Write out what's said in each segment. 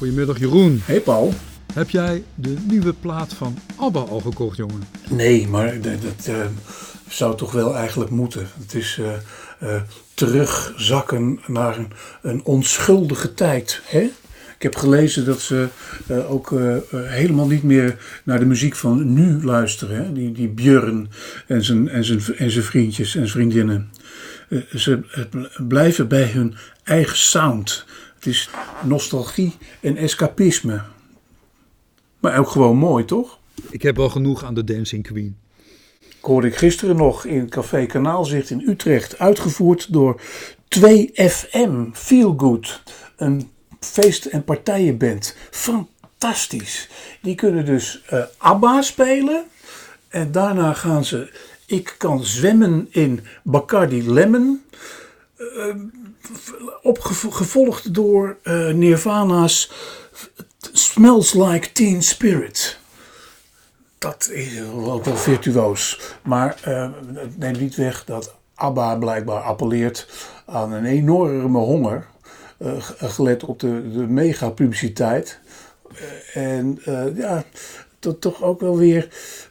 Goedemiddag Jeroen. Hey Paul. Heb jij de nieuwe plaat van ABBA al gekocht, jongen? Nee, maar dat zou toch wel eigenlijk moeten. Het is terugzakken naar een onschuldige tijd. Hè? Ik heb gelezen dat ze ook helemaal niet meer naar de muziek van nu luisteren. Hè? Die Björn en zijn vriendjes en vriendinnen. Ze blijven bij hun eigen sound. Het is nostalgie en escapisme. Maar ook gewoon mooi, toch? Ik heb wel genoeg aan de Dancing Queen. Ik hoorde ik gisteren nog in Café Kanaalzicht in Utrecht. Uitgevoerd door 2FM Feel Good. Een feest- en partijenband. Fantastisch. Die kunnen dus ABBA spelen. En daarna gaan ze Ik kan zwemmen in Bacardi Lemon. Gevolgd door Nirvana's Smells Like Teen Spirit. Dat is ook wel virtuoos. Maar het neemt niet weg dat ABBA blijkbaar appelleert aan een enorme honger. Gelet op de mega publiciteit. Dat toch ook wel weer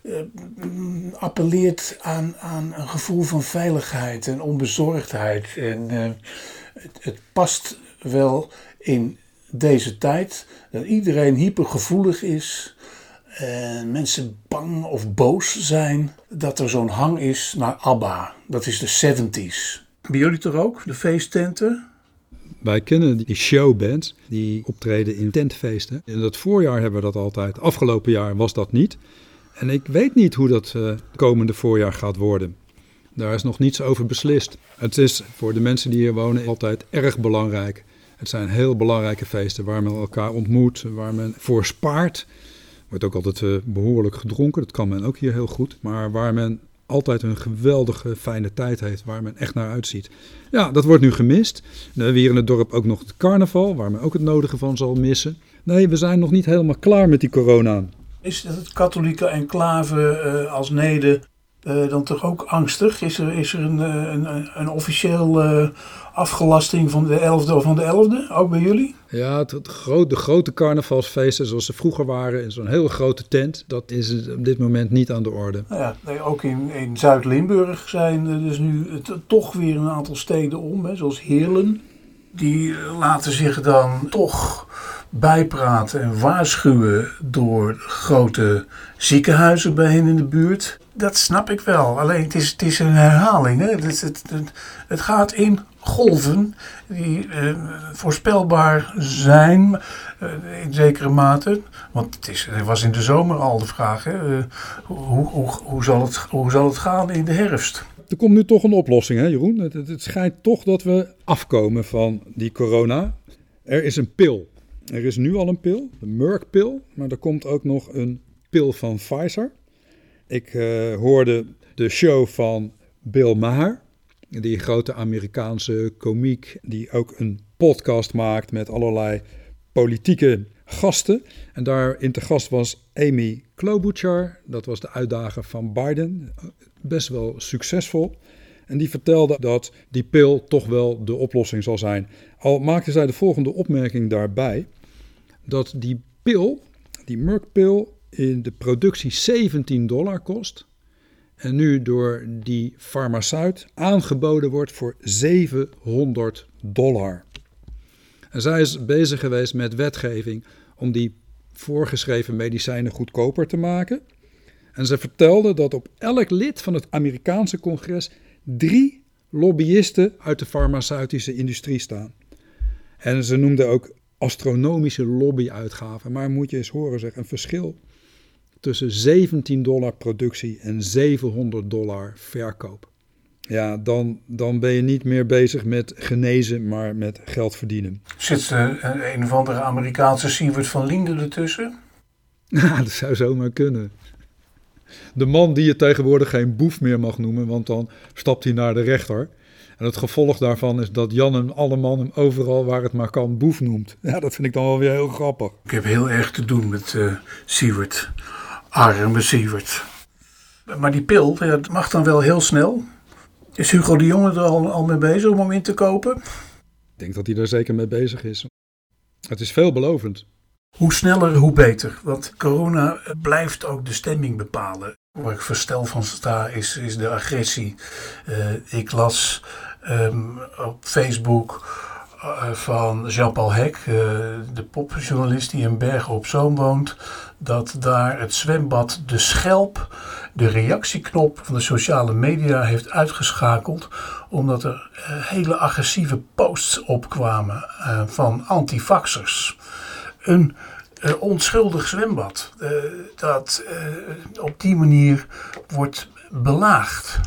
appelleert aan een gevoel van veiligheid en onbezorgdheid. En het past wel in deze tijd dat iedereen hypergevoelig is en mensen bang of boos zijn dat er zo'n hang is naar ABBA. Dat is de 70s. Bij jullie toch ook, de feesttenten? Wij kennen die showbands die optreden in tentfeesten. In het voorjaar hebben we dat altijd. Afgelopen jaar was dat niet. En ik weet niet hoe dat komende voorjaar gaat worden. Daar is nog niets over beslist. Het is voor de mensen die hier wonen altijd erg belangrijk. Het zijn heel belangrijke feesten waar men elkaar ontmoet, waar men voor spaart. Wordt ook altijd behoorlijk gedronken, dat kan men ook hier heel goed. Maar waar men altijd een geweldige fijne tijd heeft, waar men echt naar uitziet. Ja, dat wordt nu gemist. We hebben hier in het dorp ook nog het carnaval, waar men ook het nodige van zal missen. Nee, we zijn nog niet helemaal klaar met die corona. Is het katholieke enclave als Neede dan toch ook angstig? Is er een officieel afgelasting van de 11e of van de 11e, ook bij jullie? Ja, de grote carnavalsfeesten zoals ze vroeger waren, in zo'n hele grote tent, dat is op dit moment niet aan de orde. Nou ja, nee, ook in Zuid-Limburg zijn er dus nu toch weer een aantal steden om, hè, zoals Heerlen. Die laten zich dan toch bijpraten en waarschuwen door grote ziekenhuizen bij hen in de buurt. Dat snap ik wel. Alleen het is een herhaling. Hè? Het gaat in golven die voorspelbaar zijn in zekere mate. Want het was in de zomer al de vraag. Hè? Hoe zal het gaan in de herfst? Er komt nu toch een oplossing, hè Jeroen? Het schijnt toch dat we afkomen van die corona. Er is een pil. Er is nu al een pil, de Merck-pil. Maar er komt ook nog een pil van Pfizer. Ik hoorde de show van Bill Maher, die grote Amerikaanse komiek die ook een podcast maakt met allerlei politieke gasten. En daarin te gast was Amy Klobuchar, dat was de uitdager van Biden, best wel succesvol. En die vertelde dat die pil toch wel de oplossing zal zijn. Al maakte zij de volgende opmerking daarbij, dat die pil, die Merck-pil, in de productie $17 kost en nu door die farmaceut aangeboden wordt voor $700. En zij is bezig geweest met wetgeving om die voorgeschreven medicijnen goedkoper te maken. En ze vertelde dat op elk lid van het Amerikaanse congres 3 lobbyisten uit de farmaceutische industrie staan. En ze noemde ook astronomische lobbyuitgaven. Maar moet je eens horen, zeg, een verschil tussen $17 productie en $700 verkoop. Ja, dan ben je niet meer bezig met genezen, maar met geld verdienen. Zit een of andere Amerikaanse Siewert van Linden ertussen? Ja, dat zou zomaar kunnen. De man die je tegenwoordig geen boef meer mag noemen, want dan stapt hij naar de rechter. En het gevolg daarvan is dat Jan en Alleman hem overal waar het maar kan boef noemt. Ja, dat vind ik dan wel weer heel grappig. Ik heb heel erg te doen met Siewert. Arme Siewert. Maar die pil, dat mag dan wel heel snel. Is Hugo de Jonge er al mee bezig om hem in te kopen? Ik denk dat hij daar zeker mee bezig is. Het is veelbelovend. Hoe sneller, hoe beter. Want corona blijft ook de stemming bepalen. Waar ik verstel van sta is de agressie. Ik las op Facebook van Jean-Paul Hek, de popjournalist die in Bergen op Zoom woont, dat daar het zwembad De Schelp de reactieknop van de sociale media heeft uitgeschakeld, omdat er hele agressieve posts opkwamen van antivaxers. Een onschuldig zwembad dat op die manier wordt belaagd.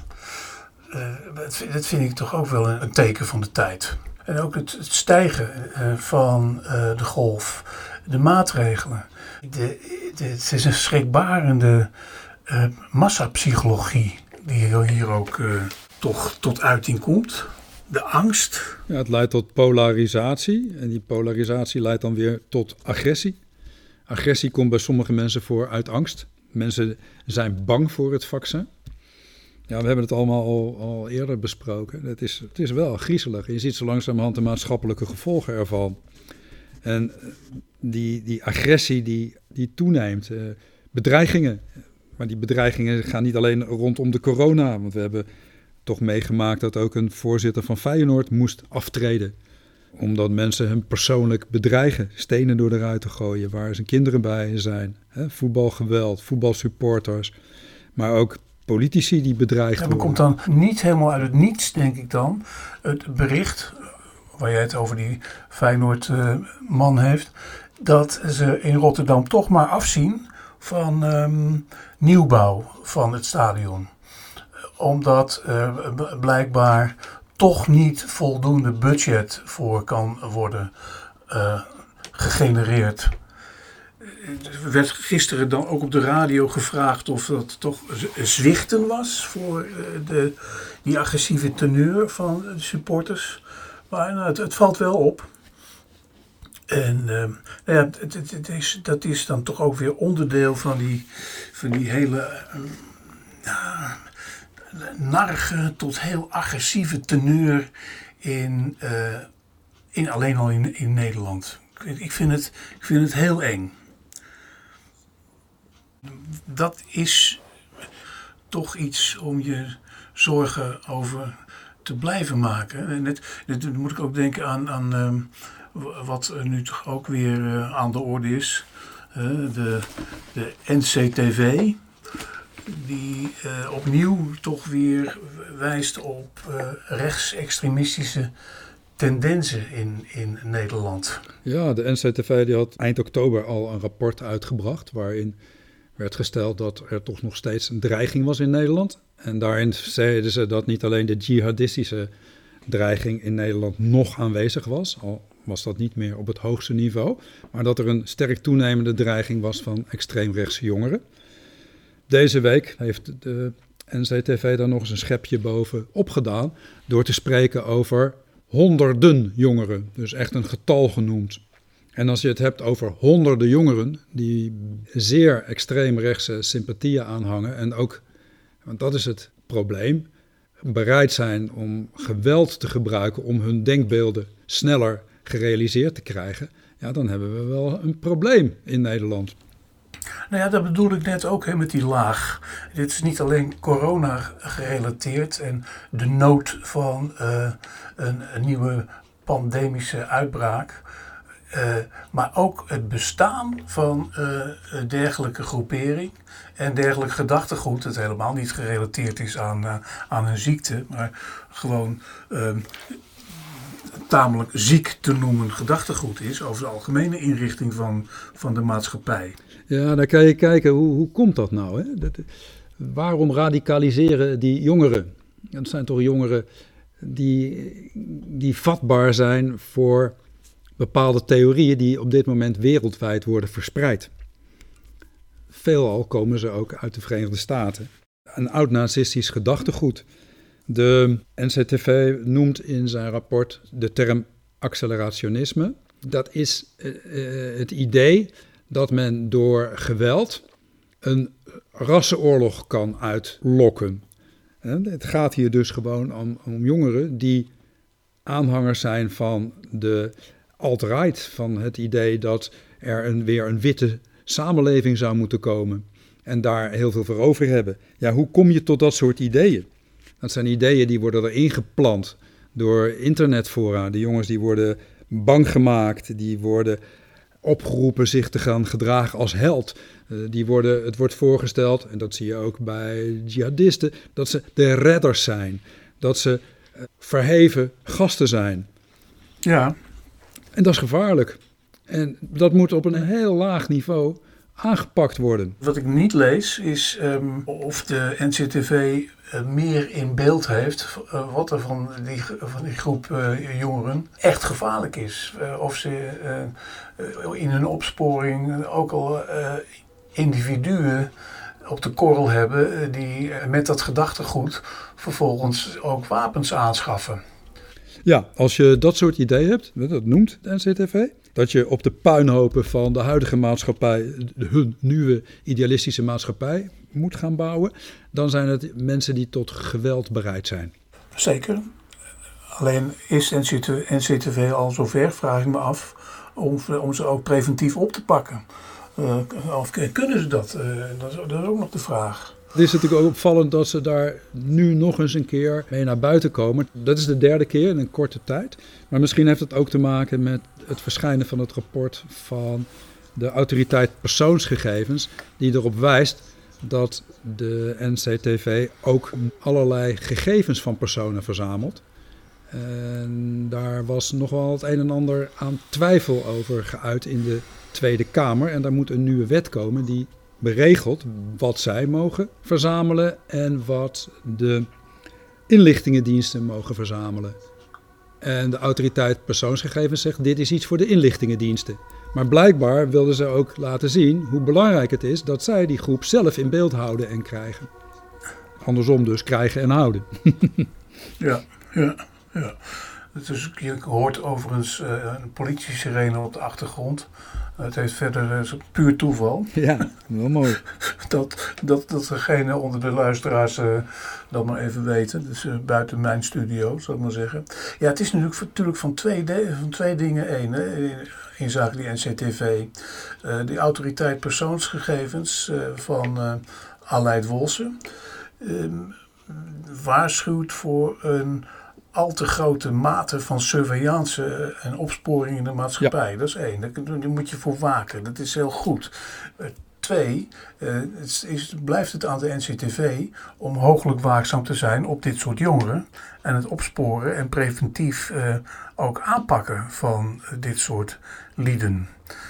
Dat vind ik toch ook wel een teken van de tijd. En ook het stijgen van de golf, de maatregelen. Het is een schrikbarende massapsychologie die hier ook toch tot uiting komt. De angst. Ja, het leidt tot polarisatie en die polarisatie leidt dan weer tot agressie. Agressie komt bij sommige mensen voor uit angst. Mensen zijn bang voor het vaccin. Ja, we hebben het allemaal al eerder besproken. Het is wel griezelig. Je ziet zo langzamerhand de maatschappelijke gevolgen ervan. En die agressie die toeneemt. Bedreigingen. Maar die bedreigingen gaan niet alleen rondom de corona. Want we hebben toch meegemaakt dat ook een voorzitter van Feyenoord moest aftreden. Omdat mensen hem persoonlijk bedreigen. Stenen door de ruiten gooien waar zijn kinderen bij zijn. Voetbalgeweld, voetbalsupporters. Maar ook politici die bedreigd worden. Dat komt dan niet helemaal uit het niets, denk ik dan. Het bericht, waar jij het over die Feyenoord-man heeft, dat ze in Rotterdam toch maar afzien van nieuwbouw van het stadion. Omdat blijkbaar toch niet voldoende budget voor kan worden gegenereerd. Er werd gisteren dan ook op de radio gevraagd of dat toch zwichten was voor die agressieve teneur van de supporters. Maar nou, het valt wel op. En dat is dan toch ook weer onderdeel van die hele narige tot heel agressieve teneur alleen al in Nederland. Ik vind het heel eng. Dat is toch iets om je zorgen over te blijven maken. En net moet ik ook denken aan wat nu toch ook weer aan de orde is. De NCTV. Die opnieuw toch weer wijst op rechtsextremistische tendensen in Nederland. Ja, de NCTV die had eind oktober al een rapport uitgebracht waarin werd gesteld dat er toch nog steeds een dreiging was in Nederland. En daarin zeiden ze dat niet alleen de jihadistische dreiging in Nederland nog aanwezig was, al was dat niet meer op het hoogste niveau, maar dat er een sterk toenemende dreiging was van extreemrechtse jongeren. Deze week heeft de NCTV daar nog eens een schepje bovenop gedaan door te spreken over honderden jongeren. Dus echt een getal genoemd. En als je het hebt over honderden jongeren die zeer extreemrechtse sympathieën aanhangen en ook, want dat is het probleem, bereid zijn om geweld te gebruiken om hun denkbeelden sneller gerealiseerd te krijgen, ja, dan hebben we wel een probleem in Nederland. Nou ja, dat bedoel ik net ook met die laag. Dit is niet alleen corona gerelateerd en de nood van een nieuwe pandemische uitbraak. Maar ook het bestaan van een dergelijke groepering en dergelijk gedachtegoed, dat helemaal niet gerelateerd is aan een ziekte, maar gewoon tamelijk ziek te noemen gedachtegoed is over de algemene inrichting van de maatschappij. Ja, dan kan je kijken, hoe komt dat nou? Hè? Waarom radicaliseren die jongeren? Dat zijn toch jongeren die vatbaar zijn voor bepaalde theorieën die op dit moment wereldwijd worden verspreid. Veelal komen ze ook uit de Verenigde Staten. Een oud-nazistisch gedachtegoed. De NCTV noemt in zijn rapport de term accelerationisme. Dat is het idee dat men door geweld een rassenoorlog kan uitlokken. Het gaat hier dus gewoon om jongeren die aanhangers zijn van de alt-right, van het idee dat er weer een witte samenleving zou moeten komen. En daar heel veel voor over hebben. Ja, hoe kom je tot dat soort ideeën? Dat zijn ideeën die worden erin geplant door internetfora. De jongens die worden bang gemaakt, die worden opgeroepen zich te gaan gedragen als held. Het wordt voorgesteld, en dat zie je ook bij jihadisten, dat ze de redders zijn. Dat ze verheven gasten zijn. Ja. En dat is gevaarlijk. En dat moet op een heel laag niveau aangepakt worden. Wat ik niet lees is of de NCTV meer in beeld heeft wat er van die groep jongeren echt gevaarlijk is. Of ze in hun opsporing ook al individuen op de korrel hebben die met dat gedachtegoed vervolgens ook wapens aanschaffen. Ja, als je dat soort ideeën hebt, dat noemt de NCTV, dat je op de puinhopen van de huidige maatschappij, hun nieuwe idealistische maatschappij, moet gaan bouwen, dan zijn het mensen die tot geweld bereid zijn. Zeker. Alleen is NCTV al zover, vraag ik me af, om ze ook preventief op te pakken. Of kunnen ze dat? Dat is ook nog de vraag. Het is natuurlijk ook opvallend dat ze daar nu nog eens een keer mee naar buiten komen. Dat is de derde keer in een korte tijd. Maar misschien heeft het ook te maken met het verschijnen van het rapport van de autoriteit persoonsgegevens, die erop wijst dat de NCTV ook allerlei gegevens van personen verzamelt. En daar was nog wel het een en ander aan twijfel over geuit in de Tweede Kamer. En daar moet een nieuwe wet komen die beregelt wat zij mogen verzamelen en wat de inlichtingendiensten mogen verzamelen. En de autoriteit persoonsgegevens zegt, dit is iets voor de inlichtingendiensten. Maar blijkbaar wilden ze ook laten zien hoe belangrijk het is dat zij die groep zelf in beeld houden en krijgen. Andersom dus, krijgen en houden. Ja. Dus je hoort overigens een politie-sirene op de achtergrond. Het heeft verder puur toeval. Ja, wel mooi. dat degene onder de luisteraars dat maar even weten. Dus buiten mijn studio, zal ik maar zeggen. Ja, het is natuurlijk van twee dingen één in zaken die NCTV. De autoriteit persoonsgegevens van Aleid Wolfsen waarschuwt voor een al te grote mate van surveillance en opsporing in de maatschappij. Ja. Dat is één. Daar moet je voor waken. Dat is heel goed. Twee, blijft het aan de NCTV om hooglijk waakzaam te zijn op dit soort jongeren. En het opsporen en preventief ook aanpakken van dit soort lieden.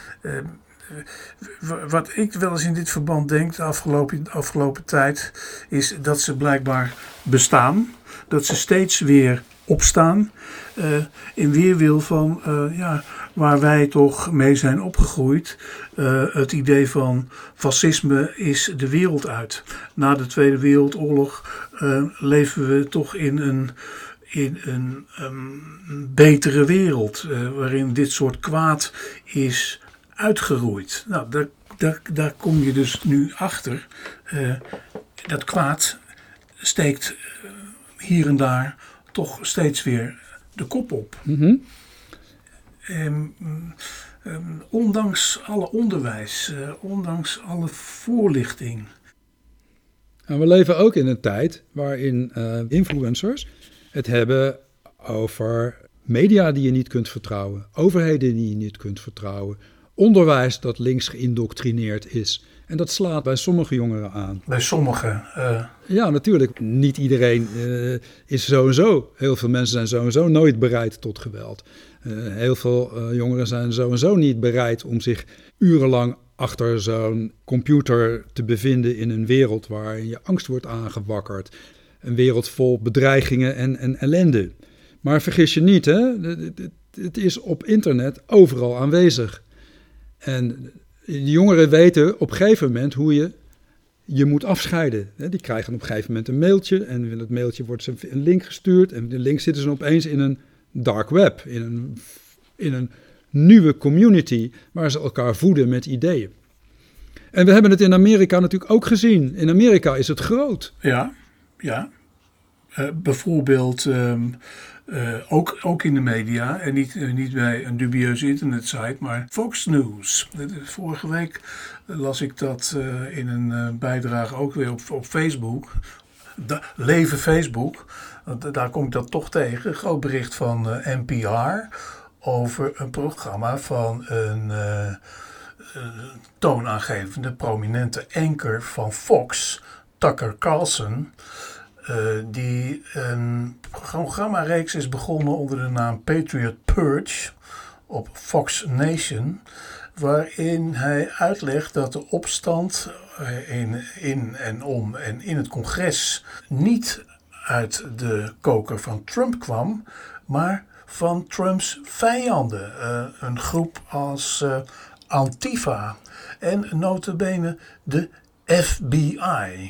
Wat ik wel eens in dit verband denk de afgelopen tijd is dat ze blijkbaar bestaan. Dat ze steeds weer opstaan in weerwil van waar wij toch mee zijn opgegroeid. Het idee van fascisme is de wereld uit. Na de Tweede Wereldoorlog leven we toch in een betere wereld. Waarin dit soort kwaad is uitgeroeid. Nou, daar kom je dus nu achter. Dat kwaad steekt hier en daar toch steeds weer de kop op. Mm-hmm. Ondanks alle onderwijs, ondanks alle voorlichting. En we leven ook in een tijd waarin influencers het hebben over media die je niet kunt vertrouwen, overheden die je niet kunt vertrouwen, onderwijs dat links geïndoctrineerd is. En dat slaat bij sommige jongeren aan. Bij sommigen? Ja, natuurlijk. Niet iedereen is sowieso. Heel veel mensen zijn sowieso nooit bereid tot geweld. Heel veel jongeren zijn sowieso niet bereid om zich urenlang achter zo'n computer te bevinden in een wereld waarin je angst wordt aangewakkerd. Een wereld vol bedreigingen en ellende. Maar vergis je niet, hè? Het is op internet overal aanwezig. En de jongeren weten op een gegeven moment hoe je moet afscheiden. Die krijgen op een gegeven moment een mailtje en in het mailtje wordt ze een link gestuurd. En de link zitten ze opeens in een dark web, in een nieuwe community waar ze elkaar voeden met ideeën. En we hebben het in Amerika natuurlijk ook gezien. In Amerika is het groot. Ja. Bijvoorbeeld ook in de media en niet bij een dubieuze internetsite, maar Fox News. Vorige week las ik dat in een bijdrage ook weer op Facebook. Leven Facebook, daar kom ik dat toch tegen. Een groot bericht van NPR over een programma van een toonaangevende, prominente anker van Fox, Tucker Carlson, die een programmareeks is begonnen onder de naam Patriot Purge op Fox Nation, waarin hij uitlegt dat de opstand in en om en in het congres niet uit de koker van Trump kwam, maar van Trumps vijanden. Een groep als Antifa en nota bene de FBI.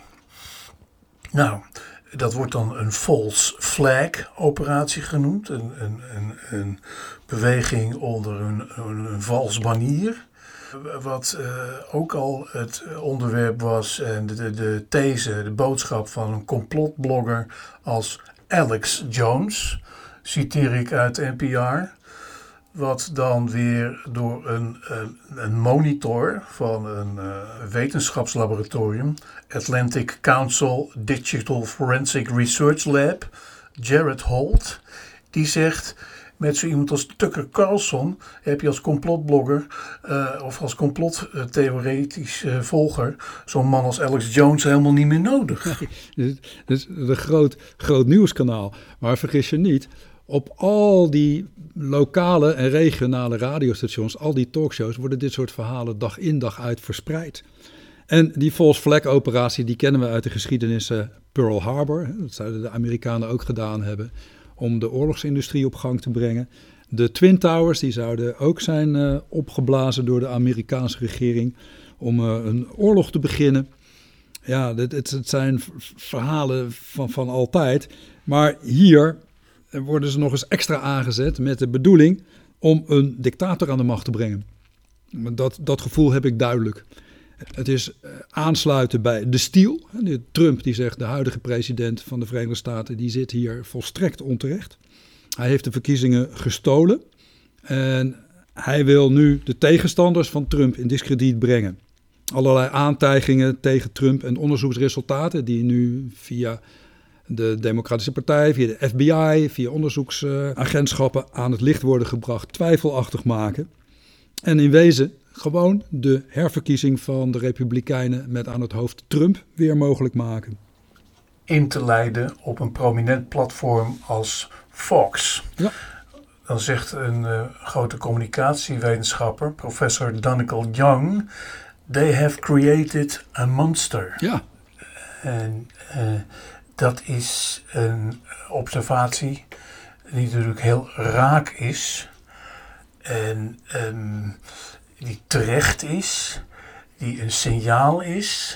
Nou, dat wordt dan een false flag operatie genoemd. Een beweging onder een vals banier. Wat ook al het onderwerp was en de these, de boodschap van een complotblogger als Alex Jones, citeer ik uit NPR. Wat dan weer door een monitor van een wetenschapslaboratorium, Atlantic Council Digital Forensic Research Lab, Jared Holt, die zegt, met zo iemand als Tucker Carlson heb je als complotblogger of als complottheoretisch volger zo'n man als Alex Jones helemaal niet meer nodig. Nee, het is een groot nieuwskanaal, maar vergis je niet, op al die lokale en regionale radiostations, al die talkshows, worden dit soort verhalen dag in dag uit verspreid. En die false flag operatie, die kennen we uit de geschiedenis Pearl Harbor. Dat zouden de Amerikanen ook gedaan hebben om de oorlogsindustrie op gang te brengen. De Twin Towers, die zouden ook zijn opgeblazen door de Amerikaanse regering om een oorlog te beginnen. Ja, het zijn verhalen van altijd. Maar hier worden ze nog eens extra aangezet met de bedoeling om een dictator aan de macht te brengen. Dat gevoel heb ik duidelijk. Het is aansluiten bij de stiel. Trump die zegt, de huidige president van de Verenigde Staten, die zit hier volstrekt onterecht. Hij heeft de verkiezingen gestolen en hij wil nu de tegenstanders van Trump in diskrediet brengen. Allerlei aantijgingen tegen Trump en onderzoeksresultaten die nu via de Democratische Partij, via de FBI, via onderzoeksagentschappen aan het licht worden gebracht, twijfelachtig maken. En in wezen gewoon de herverkiezing van de Republikeinen met aan het hoofd Trump weer mogelijk maken. In te leiden op een prominent platform als Fox. Ja. Dan zegt een grote communicatiewetenschapper, professor Dannikel Young, they have created a monster. Ja. En dat is een observatie die natuurlijk heel raak is en die terecht is, die een signaal is,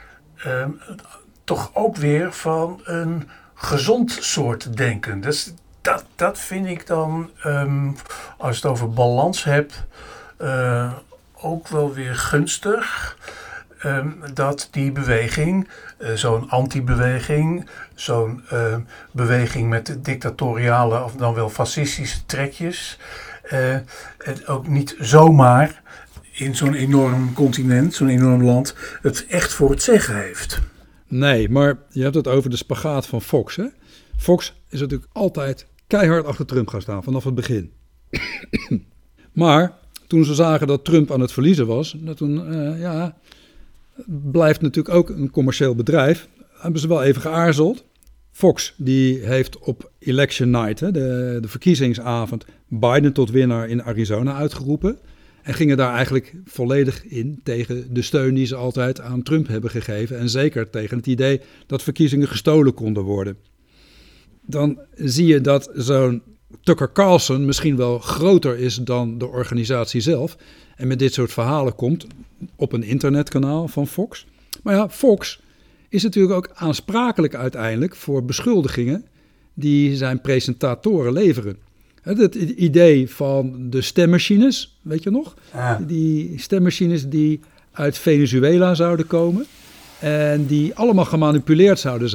toch ook weer van een gezond soort denken. Dus dat vind ik dan, als je het over balans hebt, ook wel weer gunstig. Dat die beweging, zo'n anti-beweging, zo'n beweging met dictatoriale of dan wel fascistische trekjes, het ook niet zomaar in zo'n enorm continent, zo'n enorm land, het echt voor het zeggen heeft. Nee, maar je hebt het over de spagaat van Fox. Hè? Fox is natuurlijk altijd keihard achter Trump gaan staan, vanaf het begin. Maar toen ze zagen dat Trump aan het verliezen was, toen blijft natuurlijk ook een commercieel bedrijf, hebben ze wel even geaarzeld. Fox die heeft op election night, de verkiezingsavond, Biden tot winnaar in Arizona uitgeroepen. En gingen daar eigenlijk volledig in tegen de steun die ze altijd aan Trump hebben gegeven. En zeker tegen het idee dat verkiezingen gestolen konden worden. Dan zie je dat zo'n Tucker Carlson misschien wel groter is dan de organisatie zelf. En met dit soort verhalen komt op een internetkanaal van Fox. Maar ja, Fox is natuurlijk ook aansprakelijk uiteindelijk voor beschuldigingen die zijn presentatoren leveren. Het idee van de stemmachines, weet je nog? Ja. Die stemmachines die uit Venezuela zouden komen en die allemaal gemanipuleerd zouden zijn.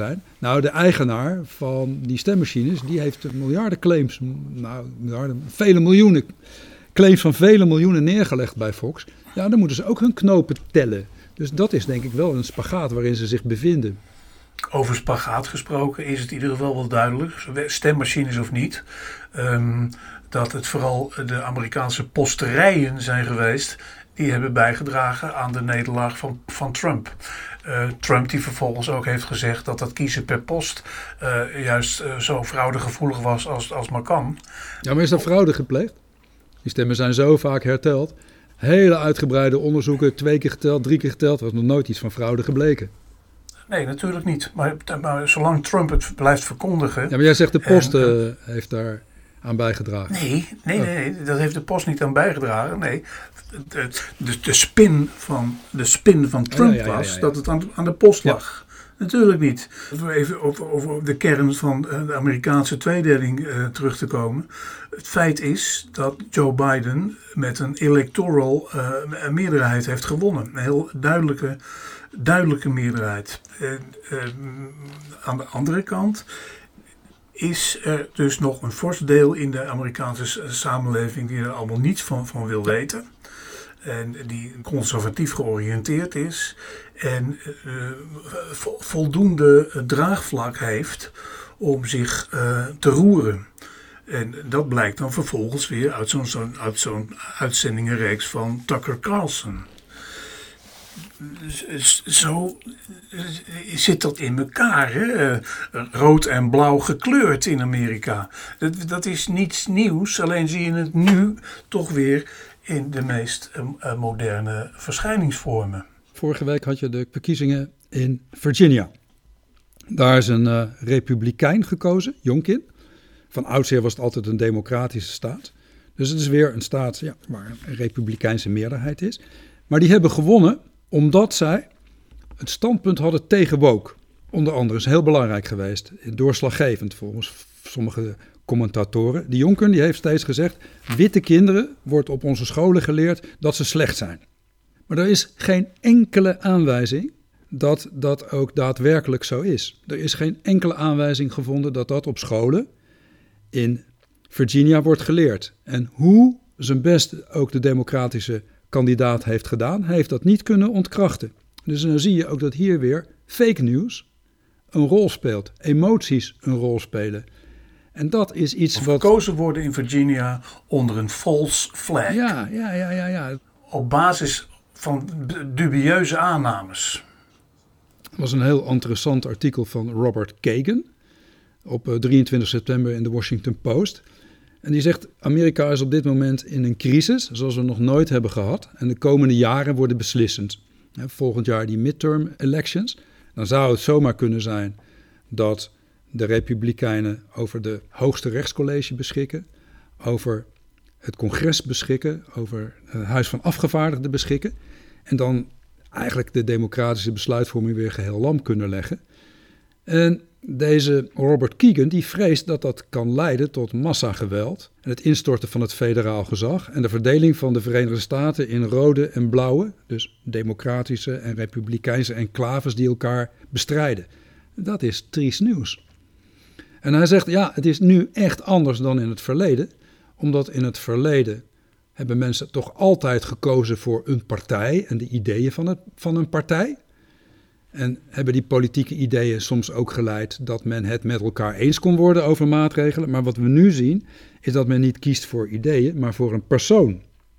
Nou, de eigenaar van die stemmachines, die heeft miljarden claims, vele miljoenen claims van vele miljoenen neergelegd bij Fox. Ja, dan moeten ze ook hun knopen tellen. Dus dat is denk ik wel een spagaat waarin ze zich bevinden. Over spagaat gesproken is het in ieder geval wel duidelijk, stemmachines of niet, dat het vooral de Amerikaanse posterijen zijn geweest die hebben bijgedragen aan de nederlaag van Trump. Trump die vervolgens ook heeft gezegd dat kiezen per post juist zo fraudegevoelig was als maar kan. Ja, maar is dat fraude gepleegd? Die stemmen zijn zo vaak herteld. Hele uitgebreide onderzoeken, 2 keer geteld, 3 keer geteld. Er was nog nooit iets van fraude gebleken. Nee, natuurlijk niet. Maar zolang Trump het blijft verkondigen... Ja, maar jij zegt de post heeft daar aan bijgedragen. Nee, dat heeft de post niet aan bijgedragen. Nee, de spin van Trump was dat het aan de post lag. Natuurlijk niet. Even over de kern van de Amerikaanse tweedeling terug te komen. Het feit is dat Joe Biden met een electoral meerderheid heeft gewonnen. Een heel duidelijke meerderheid. Aan de andere kant is er dus nog een fors deel in de Amerikaanse samenleving die er allemaal niets van wil weten. En die conservatief georiënteerd is en voldoende draagvlak heeft om zich te roeren. En dat blijkt dan vervolgens weer uit zo'n uitzendingenreeks van Tucker Carlson. Zo zit dat in elkaar, hè? Rood en blauw gekleurd in Amerika. Dat is niets nieuws, alleen zie je het nu toch weer in de meest moderne verschijningsvormen. Vorige week had je de verkiezingen in Virginia. Daar is een republikein gekozen, Youngkin. Van oudsher was het altijd een democratische staat. Dus het is weer een staat waar een republikeinse meerderheid is. Maar die hebben gewonnen omdat zij het standpunt hadden tegen woke. Onder andere is heel belangrijk geweest, doorslaggevend volgens sommige commentatoren. Die Youngkin die heeft steeds gezegd, witte kinderen wordt op onze scholen geleerd dat ze slecht zijn. Maar er is geen enkele aanwijzing dat dat ook daadwerkelijk zo is. Er is geen enkele aanwijzing gevonden dat dat op scholen in Virginia wordt geleerd. En hoe zijn best ook de democratische kandidaat heeft gedaan, heeft dat niet kunnen ontkrachten. Dus dan zie je ook dat hier weer fake news een rol speelt. Emoties een rol spelen. En dat is iets wat gekozen worden in Virginia onder een false flag. Ja. Op basis van dubieuze aannames. Er was een heel interessant artikel van Robert Kagan op 23 september in de Washington Post. En die zegt, Amerika is op dit moment in een crisis zoals we nog nooit hebben gehad. En de komende jaren worden beslissend. Volgend jaar die midterm elections. Dan zou het zomaar kunnen zijn dat de Republikeinen over de hoogste rechtscollege beschikken, over het congres beschikken, over het Huis van Afgevaardigden beschikken. En dan eigenlijk de democratische besluitvorming weer geheel lam kunnen leggen. En deze Robert Kagan die vreest dat dat kan leiden tot massageweld en het instorten van het federaal gezag en de verdeling van de Verenigde Staten in rode en blauwe, dus democratische en republikeinse enclaves die elkaar bestrijden. Dat is triest nieuws. En hij zegt, het is nu echt anders dan in het verleden, omdat in het verleden hebben mensen toch altijd gekozen voor een partij en de ideeën van een partij. En hebben die politieke ideeën soms ook geleid dat men het met elkaar eens kon worden over maatregelen. Maar wat we nu zien is dat men niet kiest voor ideeën, maar voor een persoon.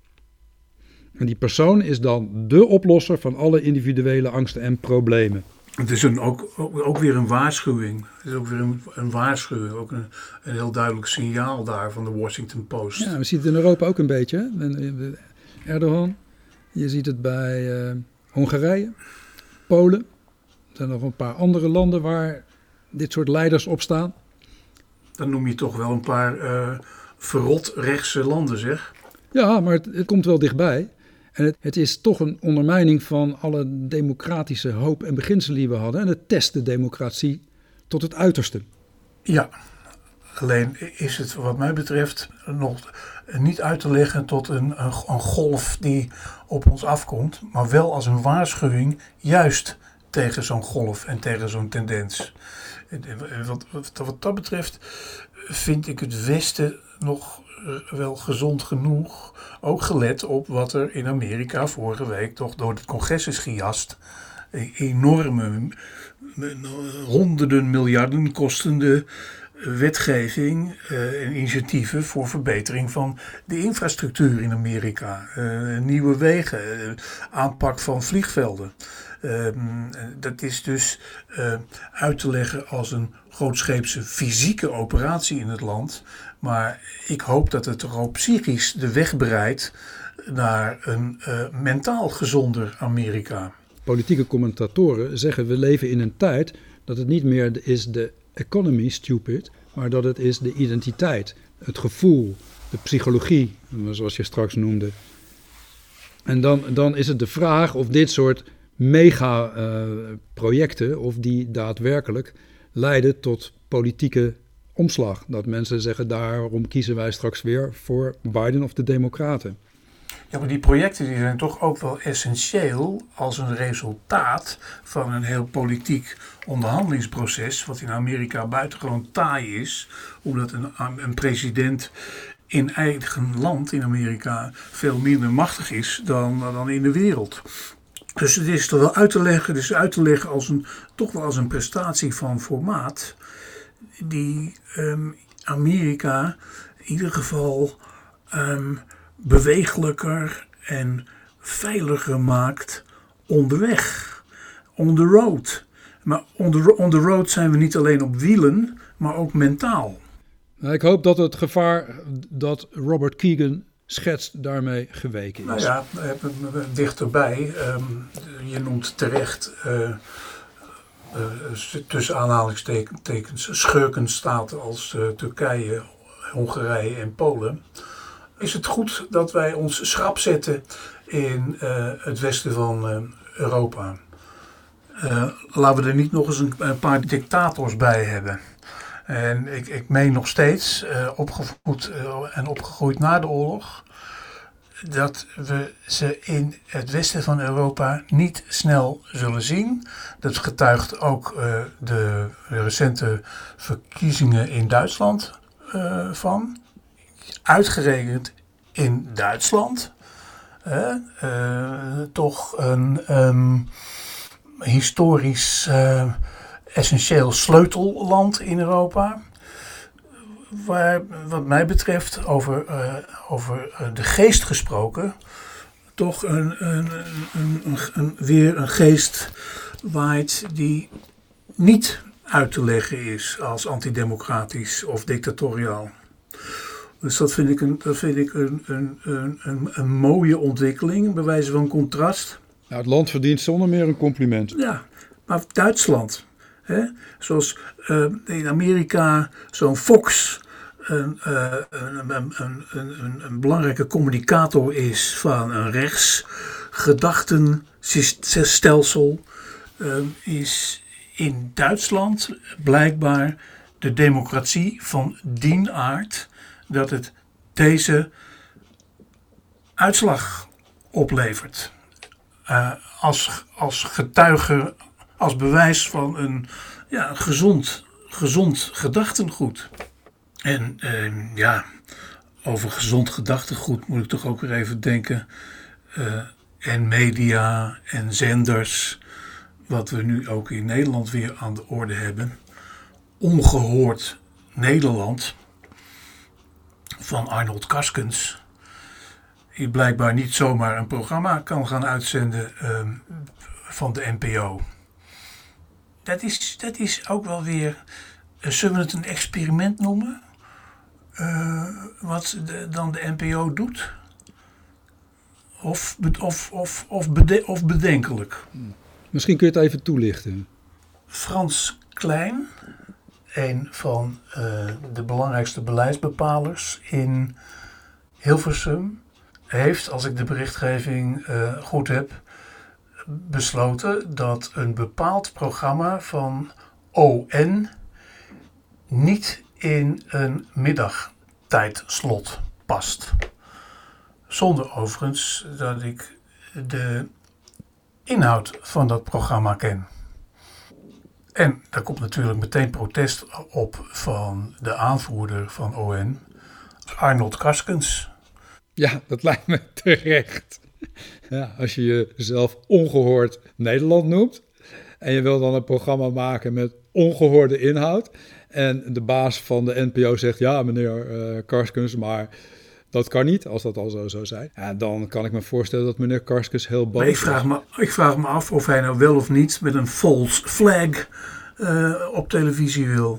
En die persoon is dan de oplosser van alle individuele angsten en problemen. Het is ook weer een waarschuwing. Het is ook weer een waarschuwing. Ook een heel duidelijk signaal daar van de Washington Post. Ja, we zien het in Europa ook een beetje. Hè? Erdogan, je ziet het bij Hongarije, Polen. Er zijn nog een paar andere landen waar dit soort leiders op staan. Dan noem je toch wel een paar verrot rechtse landen, zeg. Ja, maar het komt wel dichtbij. En het is toch een ondermijning van alle democratische hoop en beginselen die we hadden. En het test de democratie tot het uiterste. Ja, alleen is het wat mij betreft nog niet uit te leggen tot een golf die op ons afkomt. Maar wel als een waarschuwing juist tegen zo'n golf en tegen zo'n tendens. En wat dat betreft vind ik het Westen nog wel gezond genoeg. Ook gelet op wat er in Amerika vorige week toch door het congres is gejast. Enorme, honderden miljarden kostende wetgeving en initiatieven voor verbetering van de infrastructuur in Amerika. Nieuwe wegen, aanpak van vliegvelden. Dat is dus uit te leggen als een grootscheepse fysieke operatie in het land. Maar ik hoop dat het er ook psychisch de weg bereidt naar een mentaal gezonder Amerika. Politieke commentatoren zeggen we leven in een tijd dat het niet meer is de economy stupid, maar dat het is de identiteit, het gevoel, de psychologie, zoals je straks noemde. En dan is het de vraag of dit soort mega-projecten, of die daadwerkelijk leiden tot politieke omslag. Dat mensen zeggen, daarom kiezen wij straks weer voor Biden of de Democraten. Ja, maar die projecten die zijn toch ook wel essentieel als een resultaat van een heel politiek onderhandelingsproces, wat in Amerika buitengewoon taai is, omdat een president in eigen land in Amerika veel minder machtig is dan in de wereld. Dus het is toch wel uit te leggen als toch wel als een prestatie van formaat die Amerika in ieder geval bewegelijker en veiliger maakt onderweg, on the road. Maar on the road zijn we niet alleen op wielen, maar ook mentaal. Nou, ik hoop dat het gevaar dat Robert Keegan schetst daarmee geweken is. Nou ja, dichterbij. Je noemt terecht tussen aanhalingstekens schurkenstaten als Turkije, Hongarije en Polen. Is het goed dat wij ons schrap zetten in het westen van Europa? Laten we er niet nog eens een paar dictators bij hebben. En ik meen nog steeds, opgevoed en opgegroeid na de oorlog, dat we ze in het westen van Europa niet snel zullen zien. Dat getuigt ook de recente verkiezingen in Duitsland van. Uitgerekend in Duitsland. Toch een historisch essentieel sleutelland in Europa. Waar, wat mij betreft, over de geest gesproken, toch weer een geest waait die niet uit te leggen is als antidemocratisch of dictatoriaal. Dus dat vind ik een mooie ontwikkeling, bij wijze van contrast. Nou, het land verdient zonder meer een compliment. Ja, maar Duitsland, zoals in Amerika zo'n Fox een belangrijke communicator is van een rechtsgedachtenstelsel, is in Duitsland blijkbaar de democratie van dien aard dat het deze uitslag oplevert. Als getuige, als bewijs van een gezond gedachtengoed. En over gezond gedachtengoed moet ik toch ook weer even denken. En media en zenders, wat we nu ook in Nederland weer aan de orde hebben. Ongehoord Nederland van Arnold Karskens, die blijkbaar niet zomaar een programma kan gaan uitzenden van de NPO. Dat is ook wel weer, zullen we het een experiment noemen? Wat dan de NPO doet? Of bedenkelijk? Misschien kun je het even toelichten. Frans Klein, een van de belangrijkste beleidsbepalers in Hilversum, heeft, als ik de berichtgeving goed heb, besloten dat een bepaald programma van ON niet in een middagtijdslot past. Zonder overigens dat ik de inhoud van dat programma ken. En daar komt natuurlijk meteen protest op van de aanvoerder van ON, Arnold Karskens. Ja, dat lijkt me terecht. Ja, als je jezelf Ongehoord Nederland noemt en je wil dan een programma maken met ongehoorde inhoud en de baas van de NPO zegt, ja meneer Karskens, maar dat kan niet als dat al zo zou zijn. Ja, dan kan ik me voorstellen dat meneer Karskens heel boos is. Ik vraag me af of hij nou wel of niet met een false flag op televisie wil.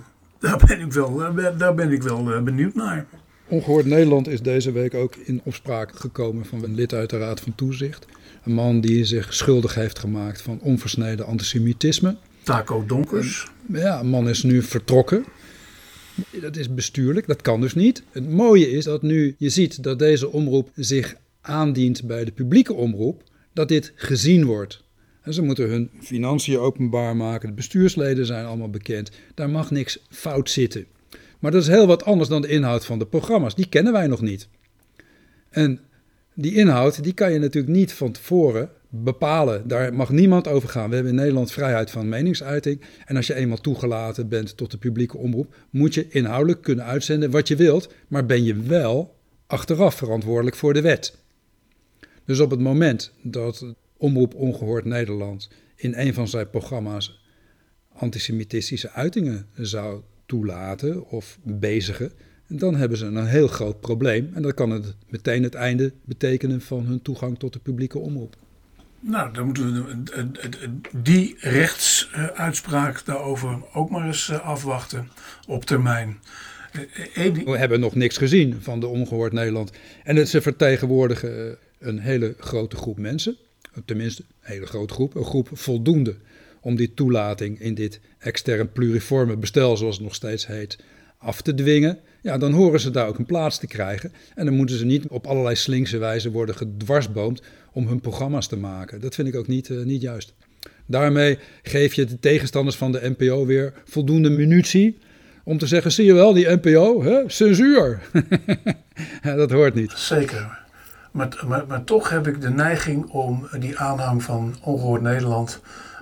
Daar ben ik wel benieuwd naar. Ongehoord Nederland is deze week ook in opspraak gekomen van een lid uit de Raad van Toezicht. Een man die zich schuldig heeft gemaakt van onversneden antisemitisme. Taco Donkers. Ja, een man is nu vertrokken. Dat is bestuurlijk, dat kan dus niet. Het mooie is dat nu je ziet dat deze omroep zich aandient bij de publieke omroep, dat dit gezien wordt. En ze moeten hun financiën openbaar maken, de bestuursleden zijn allemaal bekend. Daar mag niks fout zitten. Maar dat is heel wat anders dan de inhoud van de programma's. Die kennen wij nog niet. En die inhoud, die kan je natuurlijk niet van tevoren bepalen. Daar mag niemand over gaan. We hebben in Nederland vrijheid van meningsuiting. En als je eenmaal toegelaten bent tot de publieke omroep, moet je inhoudelijk kunnen uitzenden wat je wilt. Maar ben je wel achteraf verantwoordelijk voor de wet. Dus op het moment dat Omroep Ongehoord Nederland in een van zijn programma's antisemitistische uitingen zou toelaten of bezigen, dan hebben ze een heel groot probleem. En dat kan meteen het einde betekenen van hun toegang tot de publieke omroep. Nou, dan moeten we die rechtsuitspraak daarover ook maar eens afwachten op termijn. We hebben nog niks gezien van de Ongehoord Nederland. En ze vertegenwoordigen een hele grote groep mensen. Tenminste, een hele grote groep. Een groep voldoende om die toelating in dit extern pluriforme bestel, zoals het nog steeds heet, af te dwingen. Ja, dan horen ze daar ook een plaats te krijgen. En dan moeten ze niet op allerlei slinkse wijze worden gedwarsboomd om hun programma's te maken. Dat vind ik ook niet juist. Daarmee geef je de tegenstanders van de NPO weer voldoende munitie om te zeggen, zie je wel, die NPO, hè? Censuur. Ja, dat hoort niet. Zeker. Maar toch heb ik de neiging om die aanhang van Ongehoord Nederland,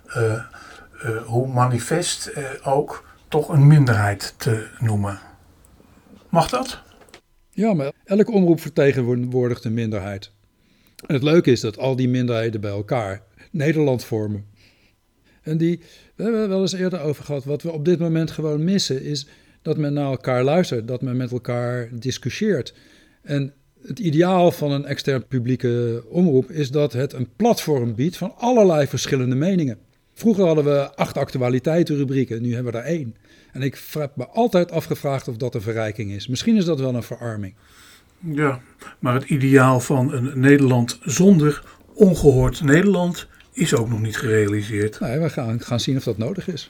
hoe manifest ook, toch een minderheid te noemen. Mag dat? Ja, maar elke omroep vertegenwoordigt een minderheid. En het leuke is dat al die minderheden bij elkaar Nederland vormen. En we hebben het wel eens eerder over gehad, wat we op dit moment gewoon missen, is dat men naar elkaar luistert, dat men met elkaar discussieert. En het ideaal van een extern publieke omroep is dat het een platform biedt van allerlei verschillende meningen. Vroeger hadden we 8 actualiteitenrubrieken, nu hebben we er 1. En ik heb me altijd afgevraagd of dat een verrijking is. Misschien is dat wel een verarming. Ja, maar het ideaal van een Nederland zonder Ongehoord Nederland is ook nog niet gerealiseerd. Nee, we gaan zien of dat nodig is.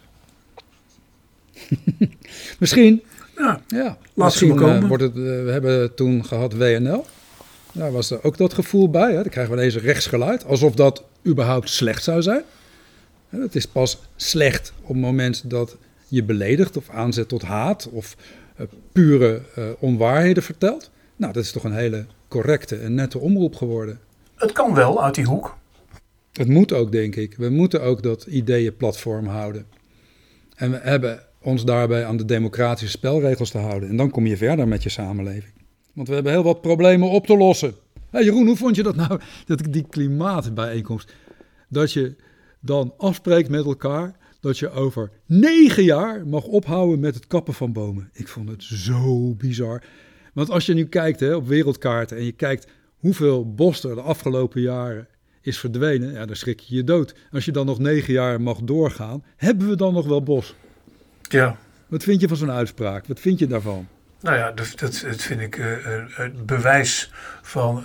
Misschien. Ja, laat ze maar komen. We hebben toen gehad WNL. Daar was er ook dat gevoel bij. Hè? Dan krijgen we ineens rechtsgeluid. Alsof dat überhaupt slecht zou zijn. Het is pas slecht op het moment dat je beledigt of aanzet tot haat of pure onwaarheden vertelt. Nou, dat is toch een hele correcte en nette omroep geworden. Het kan wel uit die hoek. Het moet ook, denk ik. We moeten ook dat ideeënplatform houden. En we hebben ons daarbij aan de democratische spelregels te houden. En dan kom je verder met je samenleving. Want we hebben heel wat problemen op te lossen. Hey Jeroen, hoe vond je dat nou, die klimaatbijeenkomst? Dat je dan afspreekt met elkaar dat je over 9 jaar mag ophouden met het kappen van bomen. Ik vond het zo bizar. Want als je nu kijkt op wereldkaarten en je kijkt hoeveel bos er de afgelopen jaren is verdwenen, ja, dan schrik je je dood. Als je dan nog 9 jaar mag doorgaan, hebben we dan nog wel bos? Ja. Wat vind je van zo'n uitspraak? Wat vind je daarvan? Nou ja, dat vind ik het bewijs van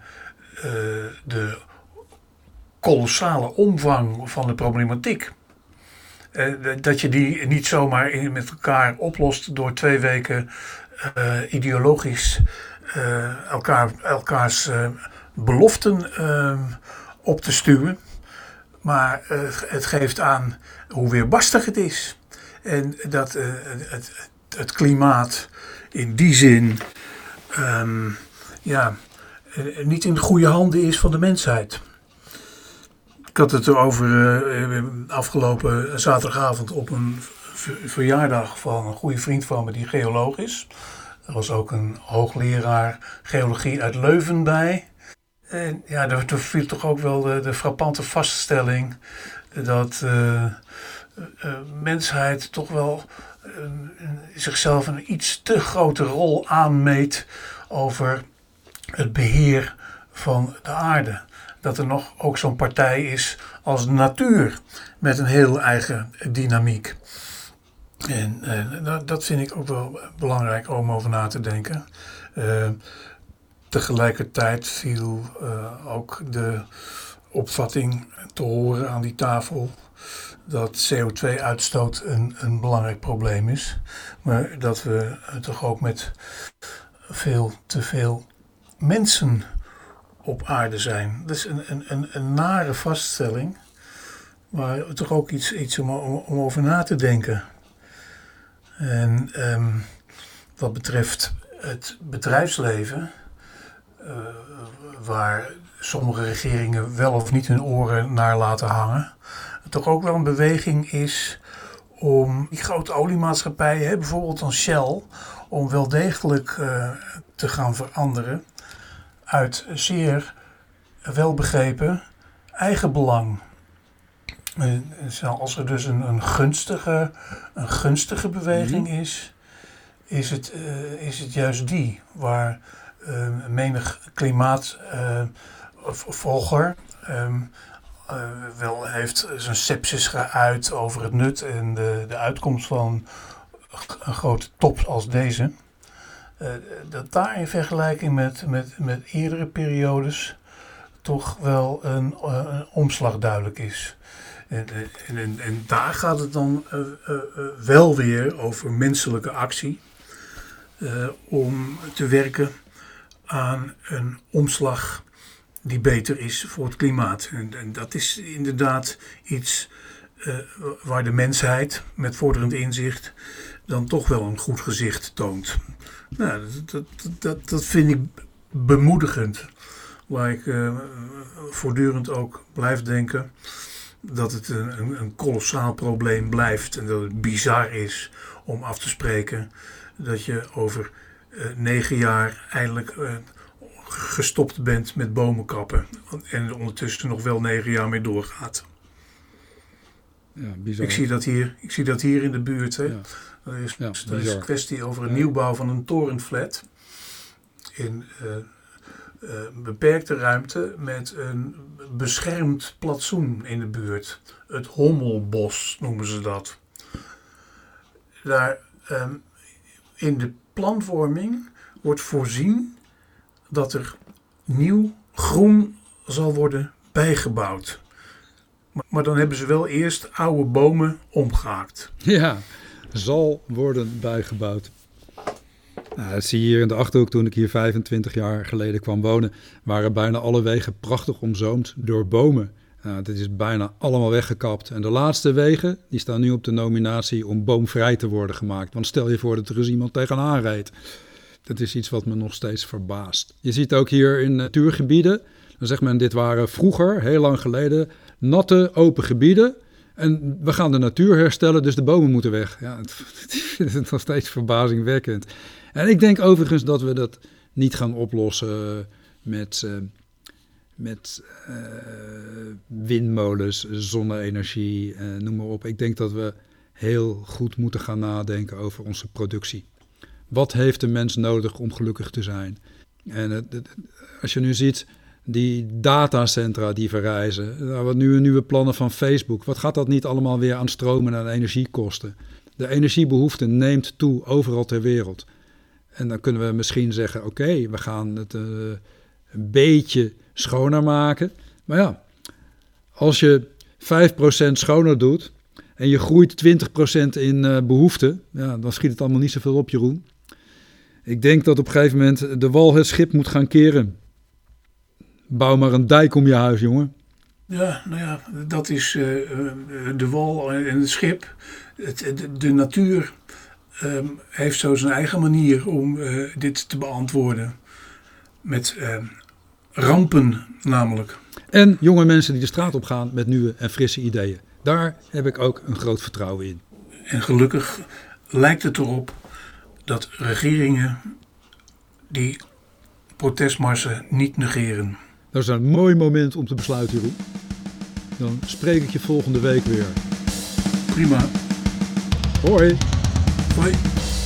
de kolossale omvang van de problematiek. Dat je die niet zomaar met elkaar oplost door 2 weken ideologisch elkaars beloften op te stuwen. Maar het geeft aan hoe weerbarstig het is. En dat het klimaat in die zin niet in de goede handen is van de mensheid. Ik had het erover afgelopen zaterdagavond op een verjaardag van een goede vriend van me die geoloog is. Er was ook een hoogleraar geologie uit Leuven bij. En ja, er viel toch ook wel de frappante vaststelling dat mensheid toch wel zichzelf een iets te grote rol aanmeet over het beheer van de aarde. Dat er nog ook zo'n partij is als de natuur met een heel eigen dynamiek. En dat vind ik ook wel belangrijk om over na te denken. Tegelijkertijd viel ook de opvatting te horen aan die tafel dat CO2-uitstoot een belangrijk probleem is. Maar dat we toch ook met veel te veel mensen op aarde zijn. Dat is een nare vaststelling, maar toch ook iets om over na te denken. En wat betreft het bedrijfsleven, waar sommige regeringen wel of niet hun oren naar laten hangen, toch ook wel een beweging is om die grote oliemaatschappijen, bijvoorbeeld dan Shell, om wel degelijk te gaan veranderen uit zeer welbegrepen eigenbelang. Als er dus een gunstige beweging is het juist die waar menig klimaatvolger wel heeft zijn sepsis geuit over het nut en de uitkomst van een grote top als deze. Dat daar in vergelijking met eerdere periodes toch wel een omslag duidelijk is. En daar gaat het dan wel weer over menselijke actie om te werken aan een omslag die beter is voor het klimaat. En dat is inderdaad iets waar de mensheid met vorderend inzicht dan toch wel een goed gezicht toont. Nou, dat vind ik bemoedigend. Waar ik voortdurend ook blijf denken dat het een kolossaal probleem blijft. En dat het bizar is om af te spreken dat je over 9 jaar eindelijk gestopt bent met bomen kappen. En er ondertussen nog wel 9 jaar mee doorgaat. Ja, bizar. Ik zie dat hier in de buurt. Hè. Ja. Er is een kwestie over een nieuwbouw van een torenflat. In beperkte ruimte met een beschermd plantsoen in de buurt. Het Hommelbos noemen ze dat. Daar in de planvorming wordt voorzien dat er nieuw groen zal worden bijgebouwd. Maar dan hebben ze wel eerst oude bomen omgehaakt. Ja, zal worden bijgebouwd. Nou, dat zie je hier in de Achterhoek. Toen ik hier 25 jaar geleden kwam wonen, waren bijna alle wegen prachtig omzoomd door bomen. Nou, dit is bijna allemaal weggekapt. En de laatste wegen, die staan nu op de nominatie om boomvrij te worden gemaakt. Want stel je voor dat er eens iemand tegenaan rijdt. Dat is iets wat me nog steeds verbaast. Je ziet ook hier in natuurgebieden, dan zegt men dit waren vroeger, heel lang geleden, natte open gebieden. En we gaan de natuur herstellen, dus de bomen moeten weg. Ja, ik vind het nog steeds verbazingwekkend. En ik denk overigens dat we dat niet gaan oplossen met windmolens, zonne-energie, noem maar op. Ik denk dat we heel goed moeten gaan nadenken over onze productie. Wat heeft de mens nodig om gelukkig te zijn? En als je nu ziet, die datacentra die verrijzen, wat nu nieuwe plannen van Facebook, wat gaat dat niet allemaal weer aan stroom en aan energiekosten? De energiebehoefte neemt toe overal ter wereld. En dan kunnen we misschien zeggen, oké, we gaan het een beetje schoner maken. Maar ja, als je 5% schoner doet en je groeit 20% in behoefte, ja, dan schiet het allemaal niet zoveel op, Jeroen. Ik denk dat op een gegeven moment de wal het schip moet gaan keren. Bouw maar een dijk om je huis, jongen. Ja, nou ja, dat is de wal en het schip. De natuur heeft zo zijn eigen manier om dit te beantwoorden. Met rampen namelijk. En jonge mensen die de straat op gaan met nieuwe en frisse ideeën. Daar heb ik ook een groot vertrouwen in. En gelukkig lijkt het erop dat regeringen die protestmarsen niet negeren. Dat is een mooi moment om te besluiten, Jeroen. Dan spreek ik je volgende week weer. Prima. Hoi. Hoi.